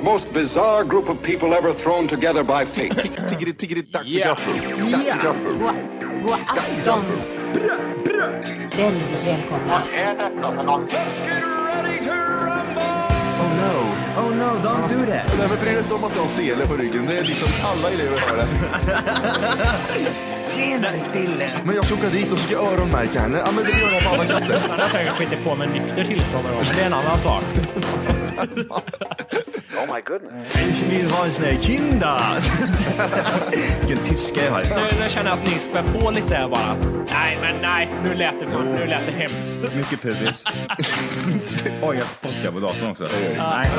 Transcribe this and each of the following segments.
most bizarre group of people ever thrown together by fate. Tiggeri, dack för gaffel. Dack för gaffel. God afton. Väldigt välkomna. Let's get ready to rumble! Oh no, don't do that. Nej, men bryr dig inte om att du har sele på ryggen. Det är liksom alla elever har det. Senare Dille. Men jag ska åka dit och ska öronmärka henne. Ja, men det gör jag på alla katter. Han har säkert skitit på med nykter tillstånd någon gång, men det är en annan sak. Oh my goodness. Ich vill ha en sån här kinda. Vilken tyska jag har. Nu känner jag att ni spär på lite här bara. Nej, nu lät det hemskt. Mycket pubis. Oj, jag spottar på datorn också. Nej.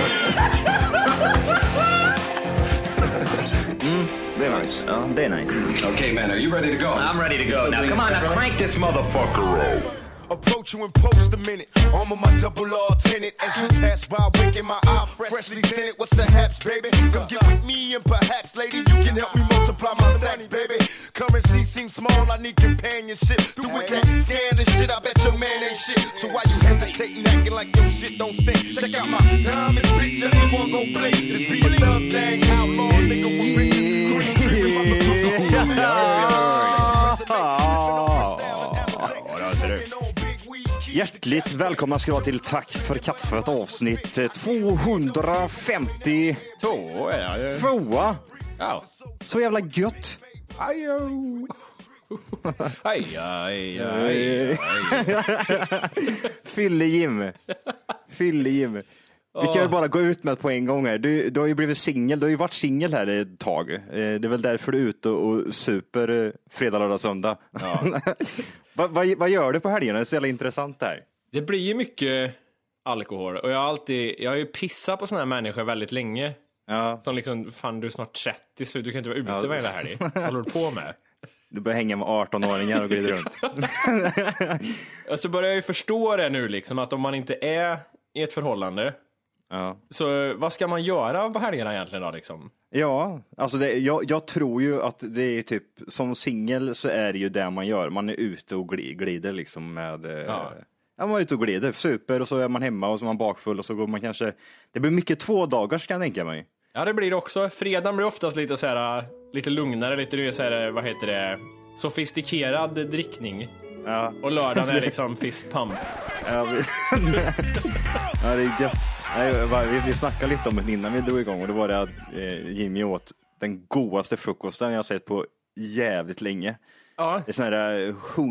Det är nice. Ja, det är nice. Okay, man, are you ready to go? I'm ready to go. Now, come on, now crank this motherfucker up. Approach you in post a minute. Arm of my double R tenant. As you pass by, wink in my eye. Freshly sent it. What's the haps, baby? Come get with me and perhaps, lady, you can help me multiply my stacks, baby. Currency seems small. I need companionship. Do with that scan and shit. I bet your man ain't shit. So why you hesitating, acting like your shit don't stink? Check out my diamonds, bitch. Everyone gon' blink. This be a love thing. How long, nigga, was riches? Hjärtligt välkomna ska vara till Tack för kaffet avsnitt 252. Tvåa. Ja. Så jävla gött. Aj. Fylle-Jim. Vi kan ju bara gå ut med på en gång här. Du har ju blivit singel. Du har ju varit singel här ett tag. Det är väl därför du är ute och super fredag, lördag, söndag. Ja. Vad gör du på helgerna? Det är så jävla intressant där. Det blir ju mycket alkohol. Och jag har ju pissat på såna här människor väldigt länge. Ja. Som liksom, fan du är snart 30 så du kan inte vara ute varje helg. Vad håller du på med? Du börjar hänga med 18-åringar och glider runt. Alltså börjar jag ju förstå det nu liksom. Att om man inte är i ett förhållande. Ja. Så vad ska man göra på helgerna egentligen då liksom? Ja, alltså jag tror ju att det är typ som singel så är det ju det man gör. Man är ute och glider liksom med man är ute och glider, super och så är man hemma och så är man bakfull och så går man kanske, det blir mycket 2 dagars kan jag tänka mig. Ja, det blir det också. Fredagen blir oftast lite så här, lite lugnare, lite så här, vad heter det, sofistikerad drickning. Ja. Och lördagen är liksom fist pump. Ja, ja, det är gött. Vi snackade lite om det innan vi drog igång och det var det att Jimmy åt den godaste frukosten jag har sett på jävligt länge. Ja. Det är sån här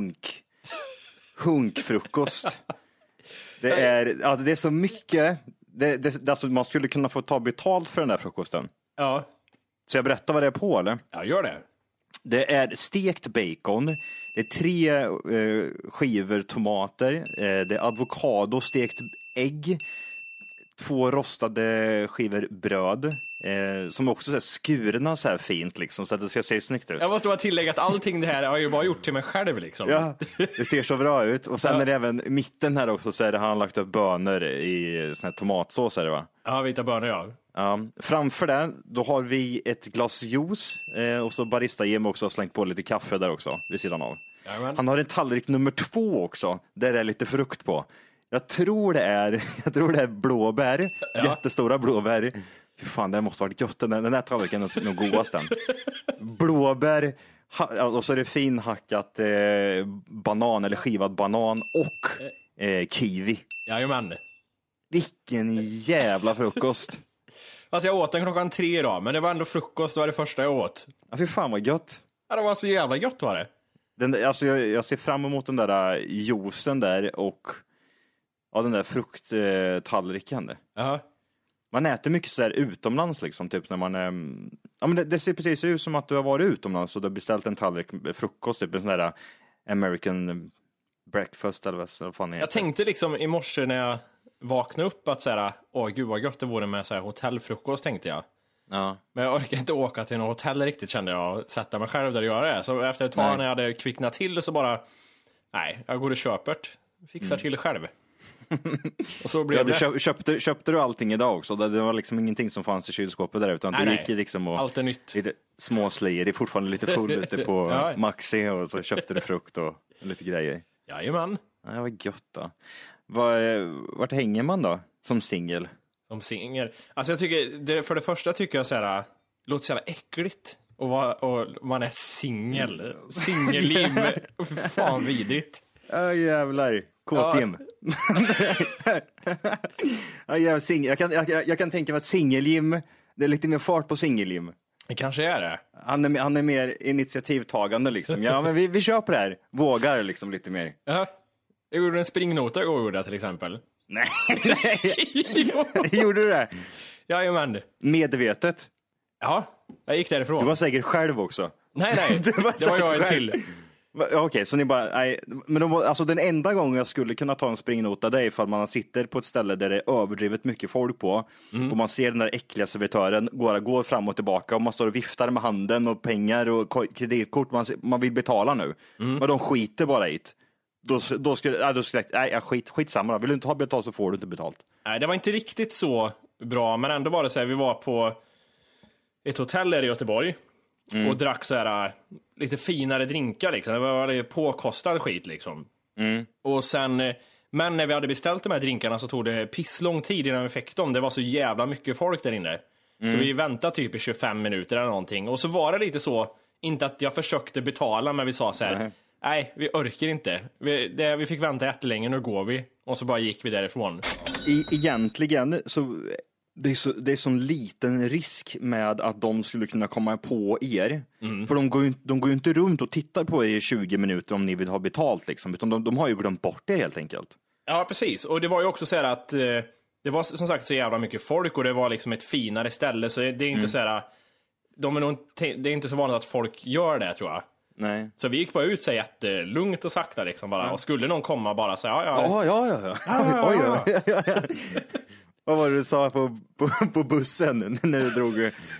hunkfrukost. Det är så mycket. Alltså man skulle kunna få ta betalt för den där frukosten. Ja. Så jag berättar vad det är på, eller? Ja, gör det. Det är stekt bacon. Det är 3 skivor tomater. Det är avokado, stekt ägg. 2 rostade skivor bröd. Som också är skurna så här fint liksom, så att det ska se snyggt ut. Jag måste bara tillägga att allting det här har ju bara gjort till mig själv liksom. Ja, det ser så bra ut. Och sen är det även mitten här också så är det, han har lagt upp bönor i sån här tomatsås är det, va? Ja, vita bönor, ja. Framför det, då har vi ett glas juice. Och så barista Jim också har slängt på lite kaffe där också, vid sidan av. Jajamän. Han har en tallrik nummer 2 också, där det är lite frukt på. Jag tror det är blåbär, jättestora blåbär. Fy fan, det måste varit gött. Den här tallriken är nog godast den. Blåbär, och så är det finhackat banan eller skivad banan och kiwi. Jajamän. Vilken jävla frukost. Alltså jag åt den 3:00 idag, men det var ändå frukost, det var det första jag åt. Ja, fy fan vad gött. Ja, det var så jävla gött var det. Alltså jag ser fram emot den där juicen där och den där frukttallriken. Jaha. Man äter mycket så där utomlands liksom, typ när man men det ser precis ut som att du har varit utomlands och du har beställt en tallrik frukost, typ en sån där American breakfast eller vad fan är det? Jag tänkte liksom i morse när jag vaknade upp att såhär, gud vad gott det vore med så här hotellfrukost, tänkte jag. Ja. Men jag orkar inte åka till något hotell riktigt, kände jag, och sätta mig själv där och göra det. Så efter ett tag när jag hade kvicknat till så bara, jag går och köper det. Fixar till det själv. Och så blev det. Köpte du allting idag också? Det var liksom ingenting som fanns i kylskåpet där, utan du gick liksom och allt är nytt. Lite småslier, det är fortfarande lite full ute på Maxi och så köpte du frukt och lite grejer. Jajamän. Ja, det var gött då. Vart hänger man då som singel? Som singel. Alltså jag tycker, för det första tycker jag så här, låter så jävla äckligt. Och man är singel. Singelliv. Fan vidrigt. Ja jävlar. KTM. Jag kan tänka mig att singeljim, det är lite mer fart på singeljim. Det kanske är det. Han är mer initiativtagande liksom. Ja men vi kör på det här. Vågar liksom lite mer. Ja. Jag gjorde en springnota igår till exempel. Nej. Gjorde du det? Jajamän. Medvetet. Ja, jag gick därifrån. Du var säkert själv också. Nej. Det var jag en till. Okej, så ni bara, nej, men alltså den enda gången jag skulle kunna ta en springnota, det är ifall man sitter på ett ställe där det är överdrivet mycket folk på och man ser den där äckliga servitören går fram och tillbaka och man står och viftar med handen och pengar och kreditkort man vill betala nu. Men de skiter bara i det. Då skulle jag skitsamma då. Vill du inte ha betalt så får du inte betalt. Nej, det var inte riktigt så bra, men ändå var det så här, vi var på ett hotell i Göteborg och drack så här lite finare drinkar liksom. Det var påkostad skit liksom. Och sen, men när vi hade beställt de här drinkarna så tog det pisslång tid innan vi fick dem. Det var så jävla mycket folk där inne. Så vi väntade typ i 25 minuter eller någonting. Och så var det lite så, inte att jag försökte betala, men vi sa så här: nej, vi orkar inte. Vi fick vänta jättelänge, nu går vi. Och så bara gick vi därifrån. Egentligen så det är sån liten risk med att de skulle kunna komma på er. För de går ju inte runt och tittar på er i 20 minuter om ni vill ha betalt liksom. Utan de har ju glömt bort er helt enkelt. Ja, precis. Och det var ju också så här att det var som sagt så jävla mycket folk och det var liksom ett finare ställe. Så det är inte så här, det är inte så vanligt att folk gör det, tror jag. Nej. Så vi gick bara ut så jättelugnt och sakta liksom bara. Och skulle någon komma bara så ja. Vad var det du sa på bussen när du drog?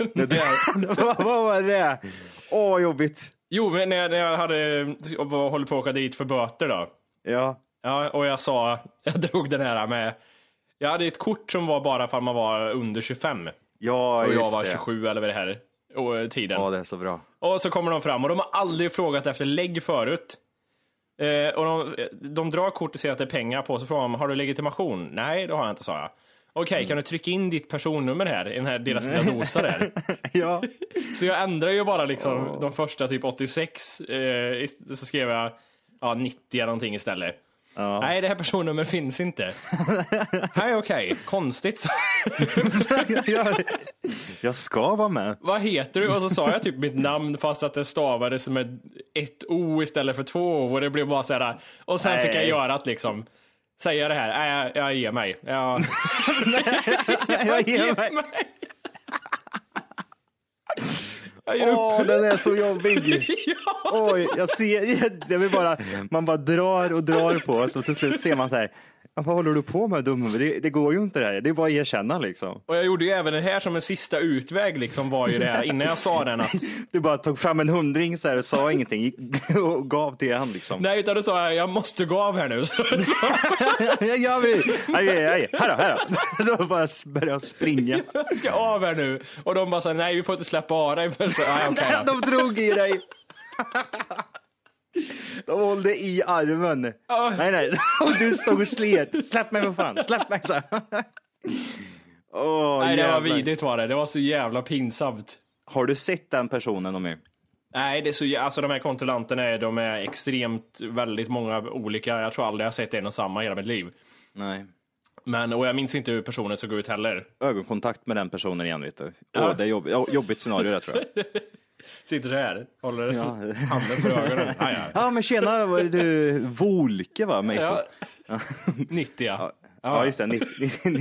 Vad var det? Jobbigt. Jo, men när jag hållit på att åka dit för böter då. Ja. Ja, och jag drog den här med. Jag hade ett kort som var bara för att man var under 25. Ja, och jag var 27 eller vad det här och tiden. Ja, det är så bra. Och så kommer de fram och de har aldrig frågat efter lägg förut. Och de drar kort och ser att det är pengar på, så frågar de: har du legitimation? Nej, det har jag inte, sa jag. Okej, kan du trycka in ditt personnummer här i den här deras lilla dosa där? Ja. Så jag ändrar ju bara liksom de första typ 86, så skrev jag 90 eller någonting istället. Ja. Nej, det här personnummer finns inte. Nej, okej. Konstigt. Jag ska vara med. Vad heter du? Och så sa jag typ mitt namn fast att det stavades som ett O istället för 2 O. Och det blev bara så här. Och sen fick jag göra att liksom säga det här. Jag ger mig. Jag ger mig. Den är så jobbig. Oj, jag ser det vill bara, man bara drar på och till slut ser man så här: vad håller du på med, dum? Det går ju inte det här. Det är bara att erkänna liksom. Och jag gjorde ju även det här som en sista utväg liksom, var ju det här innan jag sa den att du bara tog fram en 100 så här och sa ingenting och gav till han liksom. Nej, utan du sa jag måste gå av här nu. Här då. Då bara började springa. Jag ska av här nu. Och de bara sa nej, vi får inte släppa av dig. Okay, de drog i dig. De hållde i armen. Nej. Och du stod och slet. Släpp mig för fan. Släpp mig så. Nej, det var vidrigt var det. Det var så jävla pinsamt. Har du sett den personen om er? Nej, det är så, alltså de här kontrollanterna de är extremt, väldigt många olika. Jag tror aldrig jag har sett en och samma i hela mitt liv. Nej. Och jag minns inte hur personen såg ut heller. Ögonkontakt med den personen igen, vet du. Det är jobbigt scenario där, tror jag. Sitter så här, håller handen för ögonen. Ja, men tjena, var du Volke, va? 90, ja, just det, 90.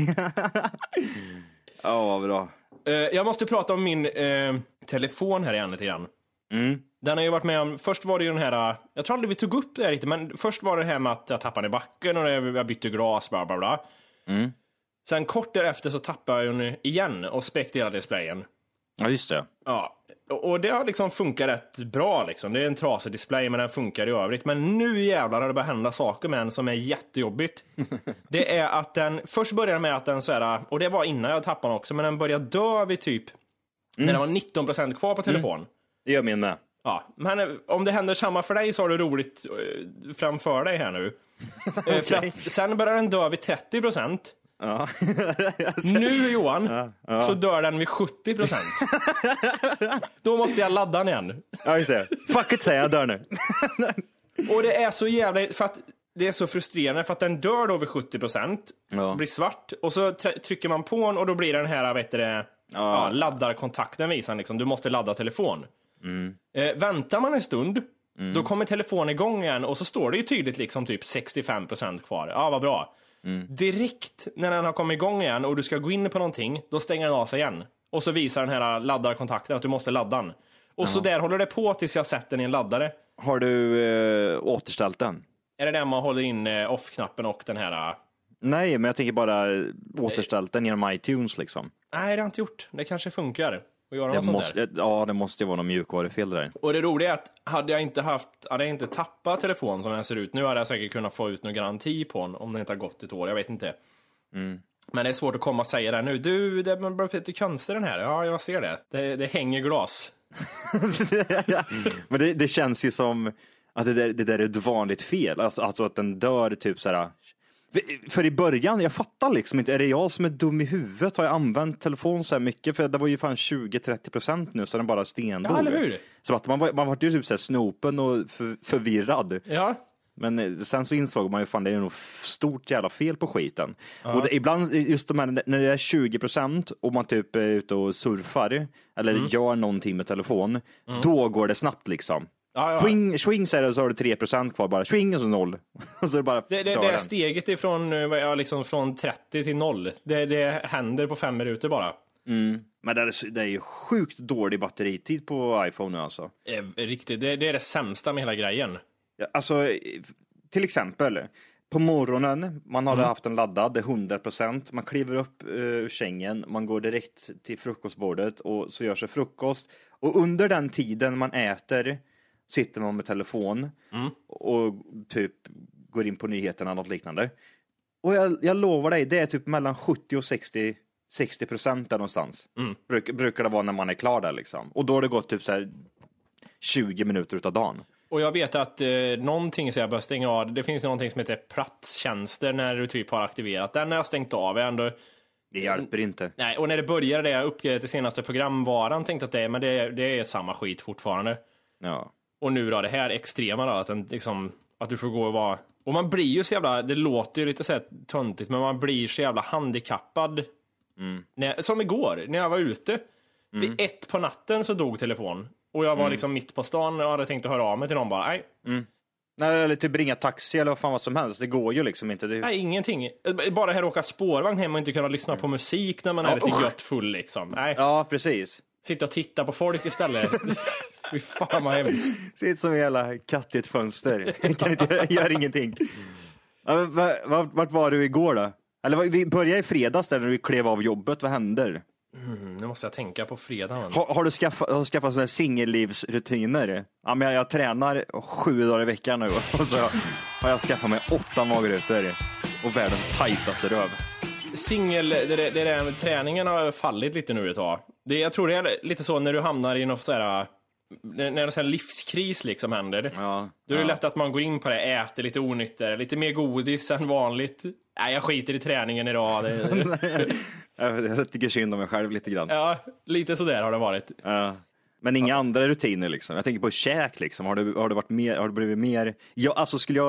Ja, bra. Jag måste prata om min telefon här igen lite grann. Den har ju varit med om, först var det ju den här, jag tror aldrig vi tog upp det här riktigt, men först var det här med att jag tappade i backen och jag bytte glas, bla bla bla. Sen kort därefter så tappade jag den igen och spräckte hela displayen. Ja, just det. Ja, och det har liksom funkat rätt bra liksom. Det är en trasig display, men den funkar i övrigt. Men nu jävlar har det börjat hända saker med den som är jättejobbigt. Det är att den, först började med att den så här, och det var innan jag tappade den också, men den började dö vid typ när det var 19% kvar på telefon. Det gör min med. Ja, men om det händer samma för dig så har du roligt framför dig här nu. För att sen börjar den dö vid 30%. Ja. Nu Johan, så dör den vid 70%. Då måste jag ladda den igen. Ja, just det. Fuck it, säger jag, dör nu. Och det är så jävla, för att det är så frustrerande för att den dör då vid 70%, blir svart och så trycker man på den och då blir den här, laddarkontakten visar liksom, du måste ladda telefon. Väntar man en stund, då kommer telefonen igång igen och så står det ju tydligt liksom typ 65% kvar. Ja, vad bra. Direkt när den har kommit igång igen och du ska gå in på någonting, då stänger den av sig igen. Och så visar den här laddarkontakten att du måste ladda den. Och så där håller det på tills jag sätter den i en laddare. Har du återställt den? Är det där man håller in off-knappen och den här... Nej, men jag tänker bara återställt den genom iTunes liksom. Nej, det har jag inte gjort. Det kanske funkar att göra något sånt där. Ja, det måste ju vara någon mjukvarufel där. Och det roliga är att hade jag inte tappat telefon som den ser ut nu, hade jag säkert kunnat få ut någon garanti på den om det inte har gått ett år, jag vet inte. Men det är svårt att komma och säga det nu. Du, det är lite konstigt den här. Ja, jag ser det. Det hänger glas. Men det känns ju som att det där är ett vanligt fel. Alltså att den dör typ så här. För i början, jag fattar liksom inte, är det jag som är dum i huvudet? Har jag använt telefon så här mycket? För det var ju fan 20-30% nu, så den bara stendog. Ja, eller hur? Så att man var ju typ så här snopen och förvirrad. Ja. Men sen så insåg man ju fan det är nog stort jävla fel på skiten. Och ibland just de här, när det är 20% och man typ är ute och surfar eller gör någonting med telefon, då går det snabbt liksom. Swing säger det, så har du 3% kvar bara. Swing och så 0. Och så är det bara det är steget ifrån liksom från 30 till 0. Det händer på 5 minuter bara. Men det är ju sjukt dålig batteritid på iPhone nu alltså. Riktigt, det är det sämsta med hela grejen. Ja, alltså, till exempel på morgonen, man hade haft en laddad, det är 100%, man kliver upp ur sängen, man går direkt till frukostbordet och så gör sig frukost. Och under den tiden man äter sitter man med telefon och typ går in på nyheterna eller något liknande. Och jag lovar dig, det är typ mellan 70 och 60% där någonstans. Brukar det vara när man är klar där liksom. Och då har det gått typ så här 20 minuter utav dagen. Och jag vet att någonting så jag bör stänga av. Det finns någonting som heter platstjänster när du typ har aktiverat. Den har jag stängt av. Det hjälper inte. Nej, och när det började jag uppgraderade till senaste programvaran, tänkte att det är samma skit fortfarande. Ja. Och nu då, det här extrema då, att, att du får gå och vara... Och man blir ju så jävla, det låter ju lite så här töntigt, men man blir så jävla handikappad. Som igår, när jag var ute. Vid 1 på natten så dog telefon. Och jag var liksom mitt på stan och hade tänkt att höra av mig till någon bara, nej. Nej, eller typ ringa taxi eller vad fan vad som helst. Det går ju liksom inte. Nej, ingenting. Bara här åka spårvagn hem och inte kunna lyssna på musik när man är lite gött full liksom. Nej. Ja, precis. Sitta och titta på folk istället. Fy fan vad hemskt. Sitt som en jävla katt i ett fönster. Kan inte göra ingenting. Ja, vart var du igår då? Eller vi började i fredags där när vi klev av jobbet. Vad händer? Nu måste jag tänka på fredagen. Har du skaffat sådana här singellivsrutiner? Ja, men jag tränar 7 dagar i veckan nu. Och så har jag skaffat mig 8 magrutor och världens tajtaste röv. Träningen har fallit lite nu ett tag. Jag tror det är lite så när du hamnar i något sådär... När en sån här livskris liksom händer, då är det lätt att man går in på det, äter lite onyttigare, lite mer godis än vanligt. Nej, jag skiter i träningen idag. Jag tycker synd om mig själv lite grann. Ja, lite sådär har det varit. Ja. Men inga andra rutiner liksom. Jag tänker på käk liksom. Har du varit mer, har du blivit mer? Jag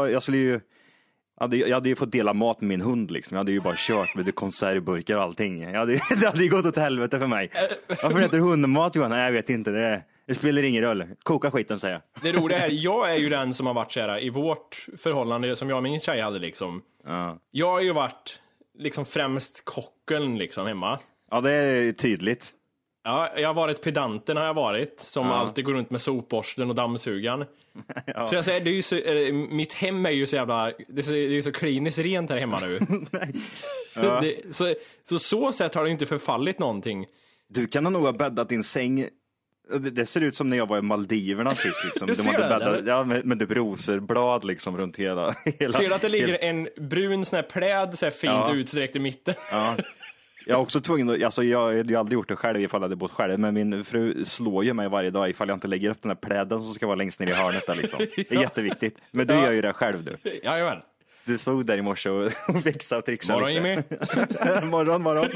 hade ju fått dela mat med min hund liksom. Jag hade ju bara kört med konservburkar och allting. Det hade ju gått åt helvete för mig. Varför heter det hundmat, Johan? Nej, jag vet inte. Det spelar ingen roll. Koka skiten, säger jag. Det roliga är, jag är ju den som har varit så här i vårt förhållande som jag och min tjej hade liksom. Ja. Jag har ju varit liksom främst kocken liksom hemma. Ja, det är tydligt. Ja, jag har varit pedanten, har jag varit, som alltid går runt med sopborsten och dammsugan. Ja. Så jag säger, det är ju så, mitt hem är ju så jävla, det är ju så kliniskt rent här hemma nu. Ja. Så sätt har det inte förfallit någonting. Du kan nog ha bäddat din säng. Det ser ut som när jag var i Maldiverna sist liksom. De hade bäddat, med typ roserblad liksom runt hela. Ser du att det ligger en brun sån här pläd så här fint utsträckt i mitten? Ja. Jag är också tvungen, alltså jag hade ju aldrig gjort det själv ifall jag hade bott själv, men min fru slår ju mig varje dag ifall jag inte lägger upp den här pläden som ska vara längst ner i hörnet där liksom. Det är jätteviktigt. Men du gör ju det själv du. Jajamän. Du stod där i morse och fixade och trixade. Morgon Jimmy. morgon.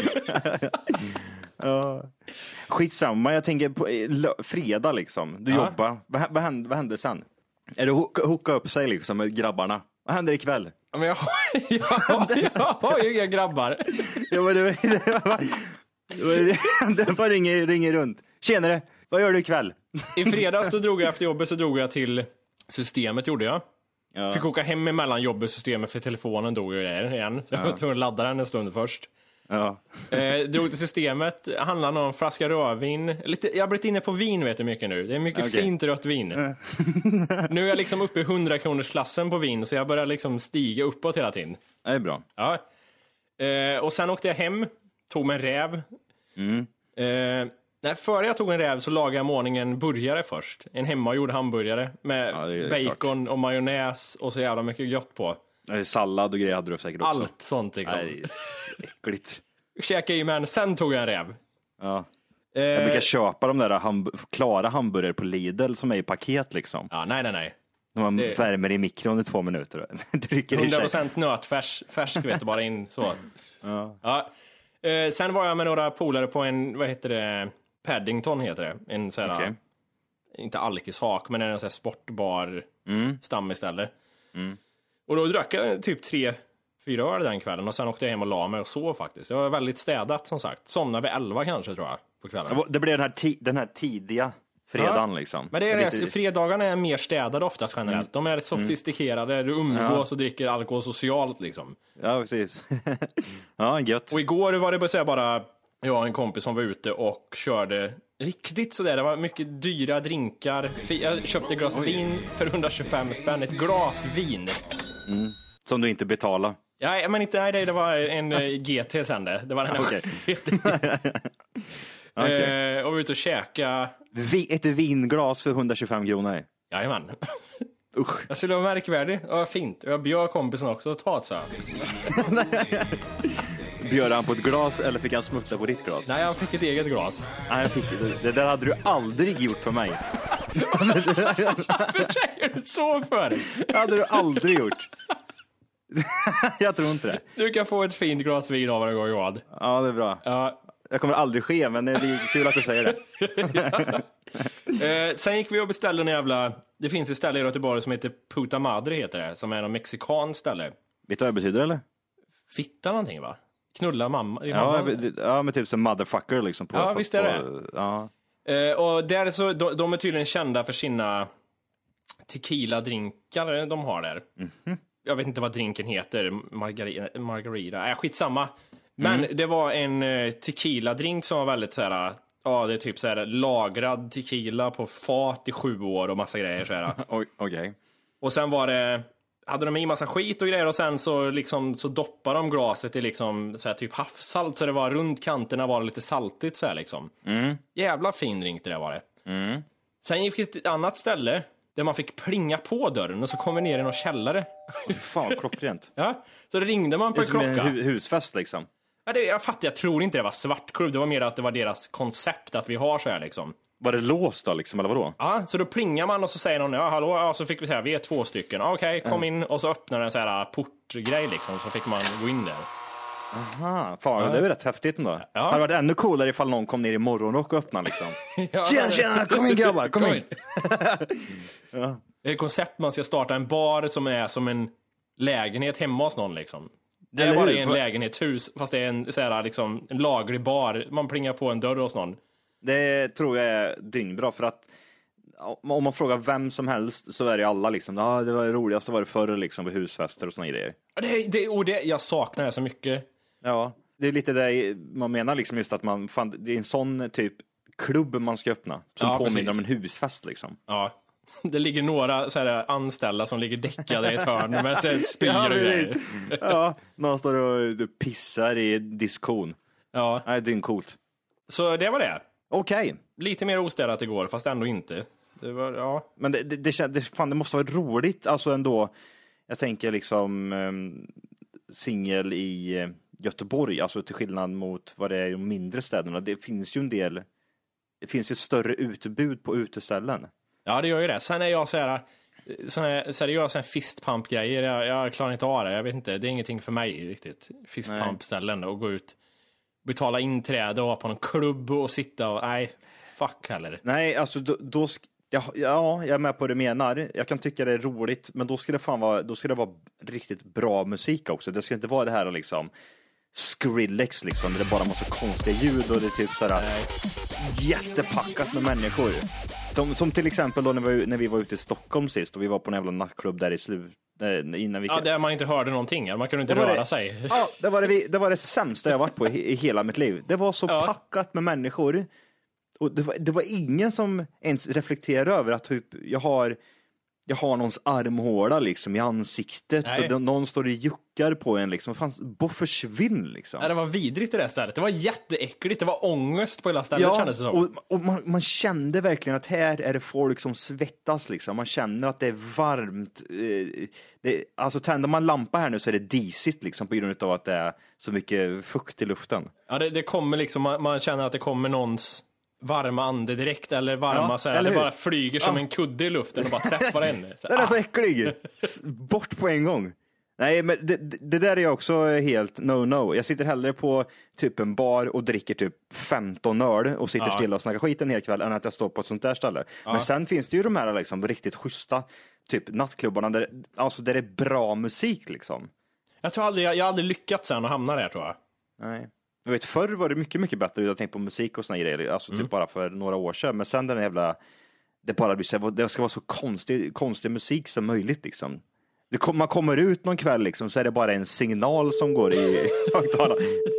Ja. Skitsamma, jag tänker på fredag liksom. Du jobbar. Vad händer sen? Är det hooka upp sig liksom med grabbarna? Vad händer ikväll? Ja, men jag har ju inga grabbar. Ja, men det bara ringer runt. Tjenare, vad gör du ikväll? I fredags då drog jag efter jobbet så drog jag till systemet gjorde jag. Ja. Fick åka hem emellan jobbet och systemet för telefonen dog ju där igen. Så jag var tvungen att ladda den en stund först. Ja. Drog till systemet, handlade om flaska rödvin. Jag har blivit inne på vin vet du mycket nu. Det är mycket fint rött vin. Nu är jag liksom uppe i 100-kronorsklassen på vin. Så jag börjar liksom stiga uppåt hela tiden. Det är bra. Ja. Och sen åkte jag hem, tog mig en räv. Före jag tog en räv så lagade jag morgonen burgare först. En hemmagjord hamburgare med bacon och majonnäs och så jävla mycket gött på. Sallad och grejer hade du säkert också. Allt sånt liksom. Nej, äckligt. Käkade i men sen tog jag en räv. Ja. Jag brukar köpa de där klara hamburgare på Lidl som är i paket liksom. Ja, nej. När man värmer i mikron i 2 minuter. 100% nötfärsk vet du, bara in så. Ja. Sen var jag med några polare på en, vad heter det? Paddington heter det. En sån här, inte alkishak, men en sån här sportbar stam istället. Och då drack jag typ 3-4 öl den kvällen och sen åkte jag hem och la mig och sov faktiskt. Det var väldigt städat som sagt. Somnade vid 11 kanske tror jag på kvällen. Det blev den här tidiga fredagen liksom. Men det är fredagarna är mer städade oftast generellt. De är sofistikerade, du umgås och dricker alkohol socialt liksom. Ja, precis. Ja, gött. Och igår var det bara jag och en kompis som var ute och körde riktigt sådär. Det var mycket dyra drinkar. Jag köpte ett glas vin för 125 spänn. Ett glas vin. Som du inte betalar. Ja, men inte, nej, det var en GT sen det. Det var den här. Och vi var ute och käka. Ett vinglas för 125 kronor. Jajamän. Usch. Jag skulle vara märkvärdig. Ja, fint. Jag bjöd kompisen också att ta ett så. Bjöd han på ett glas eller fick han smutta på ditt glas? Nej, han fick ett eget glas. Nej, jag fick det där hade du aldrig gjort för mig. Varför säger du så för? Det hade du aldrig gjort. Jag tror inte det. Du kan få ett fint glas vin av en gång, Johan. Ja, det är bra. Ja. Det kommer aldrig ske, men det är kul att du säger det. Sen gick vi och beställde en jävla... Det finns ett ställe i Göteborg som heter Puta Madre heter det. Som är en mexikan ställe. Vet du vad det betyder eller? Fitta någonting va? Knulla mamma. Ja, men typ som motherfucker liksom. På, ja, visst är det. Ja. Och där så, de är tydligen kända för sina tequila-drinkar de har där. Jag vet inte vad drinken heter. Margarita. Skitsamma. Men det var en tequila-drink som var väldigt så här. Ja, det är typ så här lagrad tequila på fat i 7 år och massa grejer så här. Okej. Och sen var det, hade de i massa skit och grejer och sen så liksom så doppade de glaset i liksom så här typ havssalt så det var runt kanterna var lite saltigt så här liksom. Jävla fin drink det där var det. Sen gick vi till ett annat ställe där man fick plinga på dörren och så kom vi ner i någon källare. Fan, klockrent. Ja, så det ringde man på en klocka. Det är som en husfest liksom. Ja, jag tror inte det var svartklubb. Det var mer att det var deras koncept att vi har så här liksom. Var det låst då liksom, eller vadå? Ja, så då plingar man och så säger någon, ja hallå, ja, så fick vi säga, vi är 2 stycken. Okej, kom in och så öppnar den så här portgrej liksom, så fick man gå in där. Aha, fan, det är rätt häftigt ändå. Ja. Det hade varit ännu coolare ifall någon kom ner i morgonrock och öppnade liksom. Tjena, kom in grabbar, kom in. Ja. Det är ett koncept, man ska starta en bar som är som en lägenhet hemma hos någon liksom. Det är bara en lägenhetshus, fast det är en, så här, liksom, en laglig bar. Man plingar på en dörr hos någon. Det tror jag är dyngbra, för att om man frågar vem som helst så är det alla liksom, ja, det var det roligaste var det förr liksom vid husfester och såna grejer. Jag saknar det så mycket. Ja, det är lite det man menar liksom, just att det är en sån typ klubb man ska öppna som påminner om en husfest liksom. Ja. Det ligger några så här anställda som ligger däckade i ett hörn med så här spyr och grejer. Ja, någon står och pissar i diskon. Ja. Nej, det är coolt. Så det var det. Okej. Lite mer ostädat igår, fast ändå inte. Det var, ja. Men det måste vara roligt, alltså ändå. Jag tänker liksom singel i Göteborg, alltså till skillnad mot vad det är i de mindre städerna. Det finns ju större utbud på uteställen. Ja, det gör ju det. Sen är jag så här, seriösa fistpump-grejer, jag klarar inte av det. Jag vet inte, det är ingenting för mig riktigt. Fistpump-ställen och gå ut, betala inträde och vara på någon klubb och sitta och, nej, fuck heller. Nej, alltså jag är med på det du menar. Jag kan tycka det är roligt, men då ska det vara riktigt bra musik också. Det ska inte vara det här liksom Skrillex liksom, där det är bara massa konstiga ljud och det är typ sådär jättepackat med människor. Som till exempel då när vi var ute i Stockholm sist och vi var på en jävla nattklubb där i innan vi... Ja, där man inte hörde någonting, man kunde inte röra sig. Ja, det var det sämsta jag varit på i hela mitt liv. Det var så packat med människor. Och det var ingen som ens reflekterade över att typ, jag har någons armhåla liksom i ansiktet. Nej. Och någon står och juckar på en liksom. Försvinn liksom. Ja, det var vidrigt i det stället. Det var jätteäckligt. Det var ångest på hela stället, kändes det som. Och man kände verkligen att här är det folk som svettas liksom. Man känner att det är varmt. Alltså tänder man lampa här nu så är det disigt liksom på grund av att det är så mycket fukt i luften. Ja, det kommer liksom, man känner att det kommer någons varma ande direkt, eller varma så här, det bara flyger som en kudde i luften och bara träffar en. Den är så äcklig. Bort på en gång. Nej, men det där är jag också helt no. Jag sitter hellre på typ en bar och dricker typ 15 öl och sitter stilla och snackar skit en hel kväll än att jag står på ett sånt där ställe. Men sen finns det ju de här liksom riktigt schyssta typ nattklubbarna där det är bra musik liksom. Jag har aldrig lyckats sen att hamna där, tror jag. Nej. Jag vet, förr var det mycket, mycket bättre att tänka på musik och såna grejer, alltså typ bara för några år sedan. Men sen den jävla, det ska vara så konstig musik som möjligt liksom. Man kommer ut någon kväll liksom, så är det bara en signal som går i högtalaren.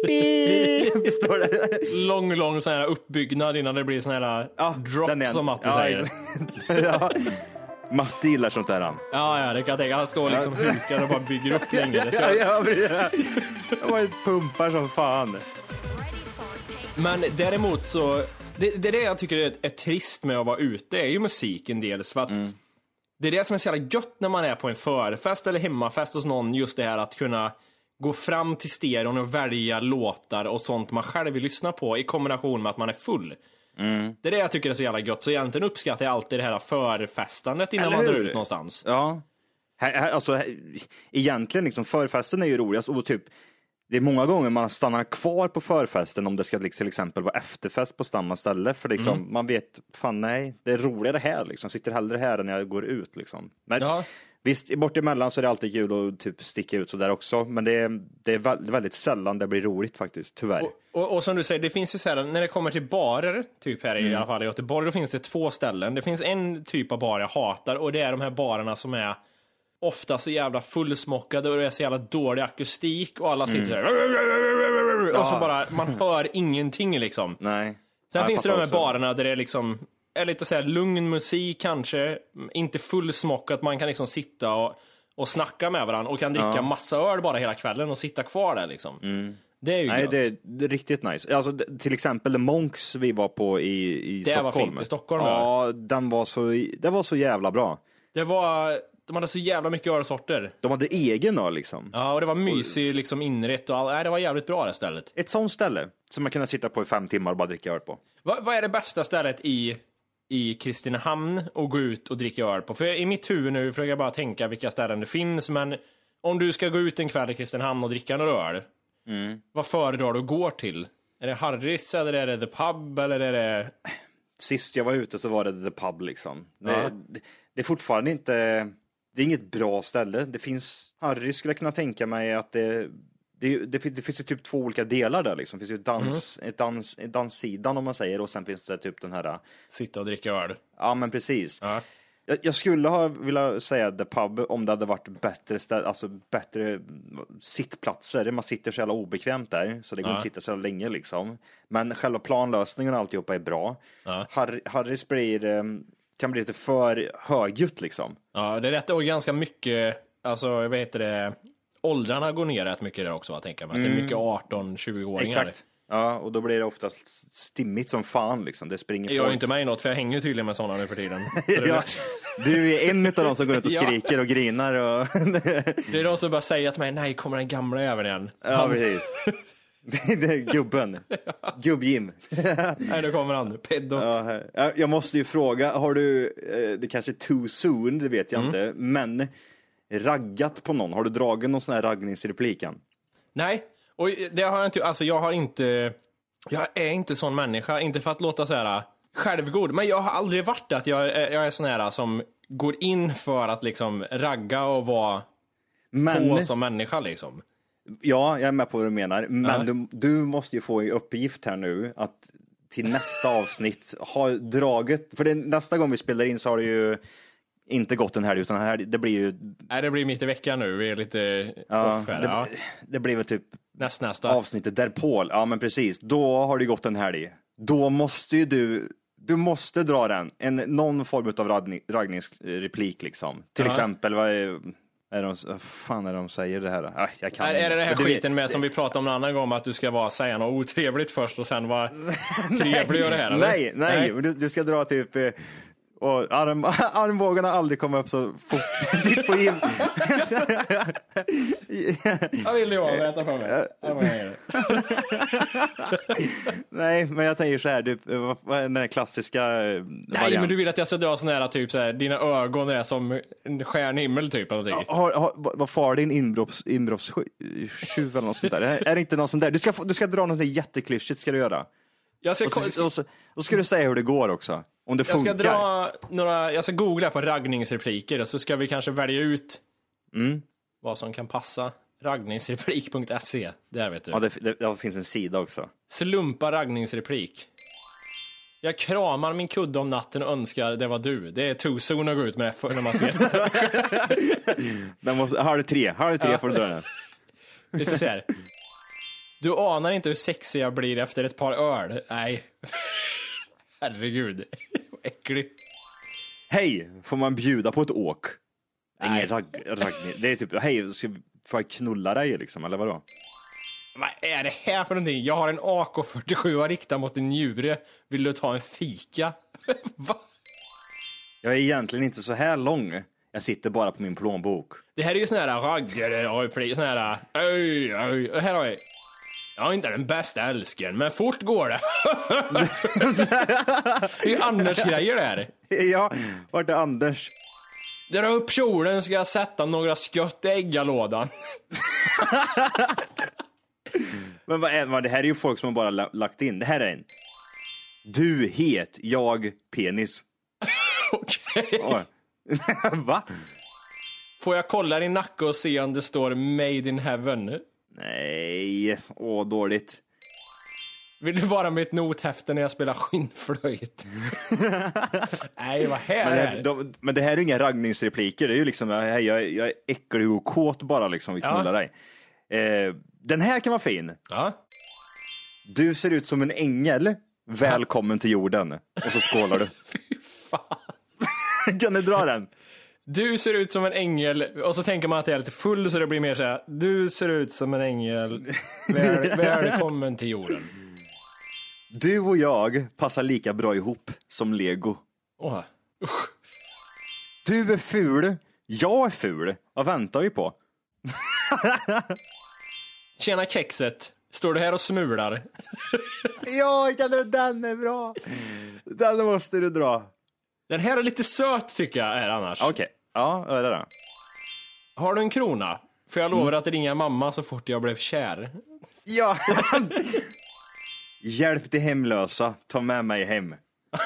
Står det. Lång sån här uppbyggnad innan det blir sån här drop som Matti säger. Ja. Matti gillar sånt där han. Ja, det kan jag tänka. Han står liksom hukar och bara bygger upp länge. Det var ett pumpar som fan. Men däremot så, det jag tycker är trist med att vara ute är ju musiken dels. För att det är det som är så jävla gött när man är på en förfest eller hemmafest hos någon. Just det här att kunna gå fram till stereon och välja låtar och sånt man själv vill lyssna på i kombination med att man är full. Det är det jag tycker är så jävla gött. Så egentligen uppskattar jag alltid det här förfestandet innan man drar ut någonstans. Ja. Egentligen liksom, förfesten är ju roligast. Och typ, det är många gånger man stannar kvar på förfesten om det ska till exempel vara efterfest på samma ställe. För liksom, man vet, fan nej, det är roligare här liksom. Sitter hellre här än jag går ut liksom. Men visst, bort emellan så är det alltid kul att typ sticka ut så där också. Men det är väldigt sällan det blir roligt faktiskt, tyvärr. Och som du säger, det finns ju så här, när det kommer till barer, typ här i alla fall i Göteborg, då finns det 2 ställen. Det finns en typ av bar jag hatar, och det är de här barerna som är ofta så jävla fullsmockade och det är så jävla dålig akustik och alla sitter så här, och så bara, man hör ingenting liksom. Nej. Sen finns det de här barerna där det är liksom är lite så här lugn musik kanske, inte fullsmockat, man kan liksom sitta och snacka med varandra och kan dricka massa öl bara hela kvällen och sitta kvar där liksom. Det är ju gott. Det är riktigt nice. Alltså, till exempel The Monks vi var på i Stockholm. Det var fint i Stockholm. Ja, det var så jävla bra. De hade så jävla mycket ölsorter. De hade egen öl liksom. Ja, och det var mysigt liksom inrätt och det var jävligt bra det stället. Ett sånt ställe som man kunde sitta på i 5 timmar och bara dricka öl på. Vad är det bästa stället i Kristinehamn och gå ut och dricka öl på? För i mitt huvud nu försöker jag bara tänka vilka ställen det finns, men om du ska gå ut en kväll i Kristinehamn och dricka några öl, vad föredrar du går till? Är det Harris eller är det The Pub eller är det... Sist jag var ute så var det The Pub liksom. Det är fortfarande inte... Det är inget bra ställe. Det finns... Harris skulle jag kunna tänka mig att det finns ju typ 2 olika delar där liksom. Det finns ju danssidan om man säger, och sen finns det typ den här... Sitta och dricka öl. Ja, men precis. Ja. Jag skulle vilja säga The Pub om det hade varit bättre sittplatser. Man sitter så jävla obekvämt där, så det går inte att sitta så länge liksom. Men själva planlösningen och alltihopa är bra. Harris kan bli lite för högljutt liksom. Ja, det är rätt, och ganska mycket, alltså vad heter det, åldrarna går ner rätt mycket där också, jag tänker mig. Att det är mycket 18-20-åringar. Exakt. Ja, och då blir det oftast stimmigt som fan liksom. Det springer folk. Jag är inte med i något, för jag hänger tydligen med sådana nu för tiden. Ja, du är en av dem som går ut och skriker och grinar. Och det är de som bara säger till mig, nej, kommer den gamla även igen. Ja, precis. Det är gubben. Gubb-Jim. Nej, då kommer han. Peddot. Ja, jag måste ju fråga, har du, det kanske är too soon, det vet jag inte, men raggat på någon? Har du dragit någon sån här raggningsrepliken? Nej, och det har jag inte, alltså jag är inte sån människa, inte för att låta så här självgod, men jag har aldrig varit att jag är sån här som går in för att liksom ragga och vara på som människa liksom. Ja, jag är med på vad du menar, men du måste ju få i uppgift här nu att till nästa avsnitt ha dragit, för nästa gång vi spelar in så har det ju inte gått en helg, utan här, det blir ju... Nej, det blir mitt i veckan nu, vi är lite off här. Det blir väl typ nästa avsnittet därpå, ja men precis, då har det gått en helg. Då måste ju du måste dra den, någon form av raggningsreplik liksom. Till exempel, vad fan är de säger det här? Jag kan är det här skiten med som vi pratade om en annan gång, att du ska säga något otrevligt först och sen vara trevlig och det här, eller? Nej. Du ska dra typ och armbågarna aldrig kommer upp så fort dit på Jim. Jag vill ju berätta för mig. Nej, men jag tänker så här, vad är den här klassiska Nej, men du vill att jag ska dra sån här typ så här, dina ögon är som en stjärnhimmel typ eller någonting. Vad far din inbrottstjuv eller något sånt där? Är det inte något sånt där? Du ska dra något jätteklyschigt ska du göra. Då ska du säga hur det går också. Om det funkar. Jag ska googla på raggningsrepliker och så ska vi kanske välja ut vad som kan passa. Raggningsreplik.se. Där vet du. Ja, det finns en sida också. Slumpa raggningsreplik. Jag kramar min kudde om natten och önskar det var du. Det är too soon att gå ut med det när man ser det. Halv tre får du dra den. Vi ska se här. Du anar inte hur sexig jag blir efter ett par öl. Nej. Herregud. Äcklig. Hej, får man bjuda på ett åk? Ingen raggning. Det är typ, hej, får jag knulla dig liksom, eller vadå? Vad är det här för någonting? Jag har en AK47 riktad mot en njure. Vill du ta en fika? Va? Jag är egentligen inte så här lång. Jag sitter bara på min plånbok. Det här är ju sån här raggare, sån här här har jag. Jag är inte den bästa älskaren, men fort går det. Det är Anders grejer där. Ja, vart är Anders? Dra upp kjolen, ska jag sätta några skött i äggalådan. Men det här är ju folk som har bara lagt in. Det här är en. Du het, jag penis. Okej. Va? Får jag kolla din nacke och se om det står Made in Heaven? Nej, dåligt. Vill du vara med ett nothäfte när jag spelar skinnflöjt? Nej, vad här men det här är inga raggningsrepliker. Det är ju liksom, jag är äcklig och kåt bara liksom, vi knullar dig. Den här kan vara fin. Ja. Du ser ut som en ängel. Välkommen till jorden. Och så skålar du. Fy fan. Kan du dra den? Du ser ut som en ängel. Och så tänker man att jag är lite full, så det blir mer så här. Du ser ut som en ängel. Välkommen till jorden. Du och jag passar lika bra ihop som Lego. Du är ful. Jag är ful. Vad väntar vi på? Tjena kexet. Står du här och smular? Ja, den är bra. Den måste du dra. Den här är lite söt tycker jag är annars. Okej. Ja, vad är det då? Har du en krona? För jag lovar att ringa mamma så fort jag blev kär. Ja. Hjälp till hemlösa. Ta med mig hem.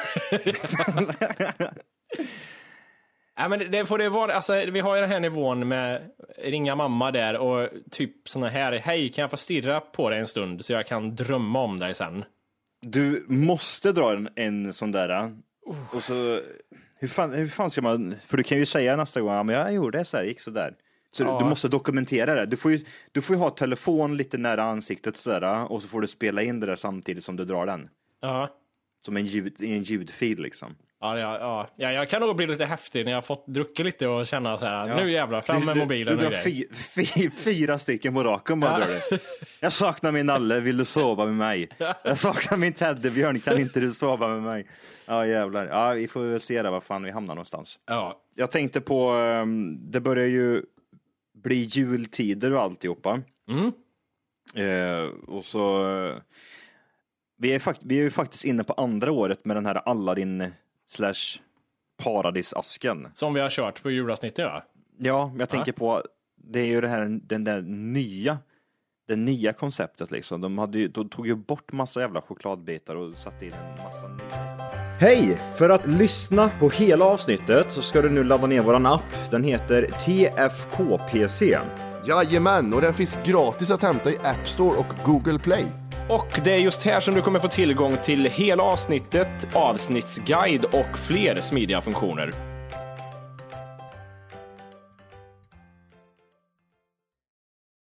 Ja, men det får det vara, alltså, vi har ju den här nivån med ringa mamma där och typ såna här, hej, kan jag få stirra på dig en stund så jag kan drömma om dig sen? Du måste dra en sån där. Och så, hur fan ska man, för du kan ju säga nästa gång, ja, men jag gjorde det så här, gick så där. Så du måste dokumentera det. Du får ju ha telefon lite nära ansiktet sådär, och så får du spela in det där samtidigt som du drar den. Ja. Som en ljudfil liksom. Ja, jag kan nog bli lite häftig när jag fått druckit lite och känna så här, nu jävlar, fram med mobilen. Du drar 4 stycken på raken bara drar du. Jag saknar min Nalle, vill du sova med mig? Jag saknar min teddybjörn, kan inte du sova med mig? Ja, jävlar. Ja, vi får väl se där vad fan vi hamnar någonstans. Ja. Jag tänkte på, det börjar ju bli jultider och alltihopa. Och så vi är ju faktiskt inne på andra året med den här Aladdin / Paradisasken. Som vi har kört på julavsnittet, ja. Ja, men jag tänker på, det är ju det här, det nya konceptet liksom. De tog ju bort massa jävla chokladbitar och satte in en massa nya. Hej! För att lyssna på hela avsnittet så ska du nu ladda ner våran app. Den heter TFKPC. Jajamän, och den finns gratis att hämta i App Store och Google Play. Och det är just här som du kommer få tillgång till hela avsnittet, avsnittsguide och fler smidiga funktioner.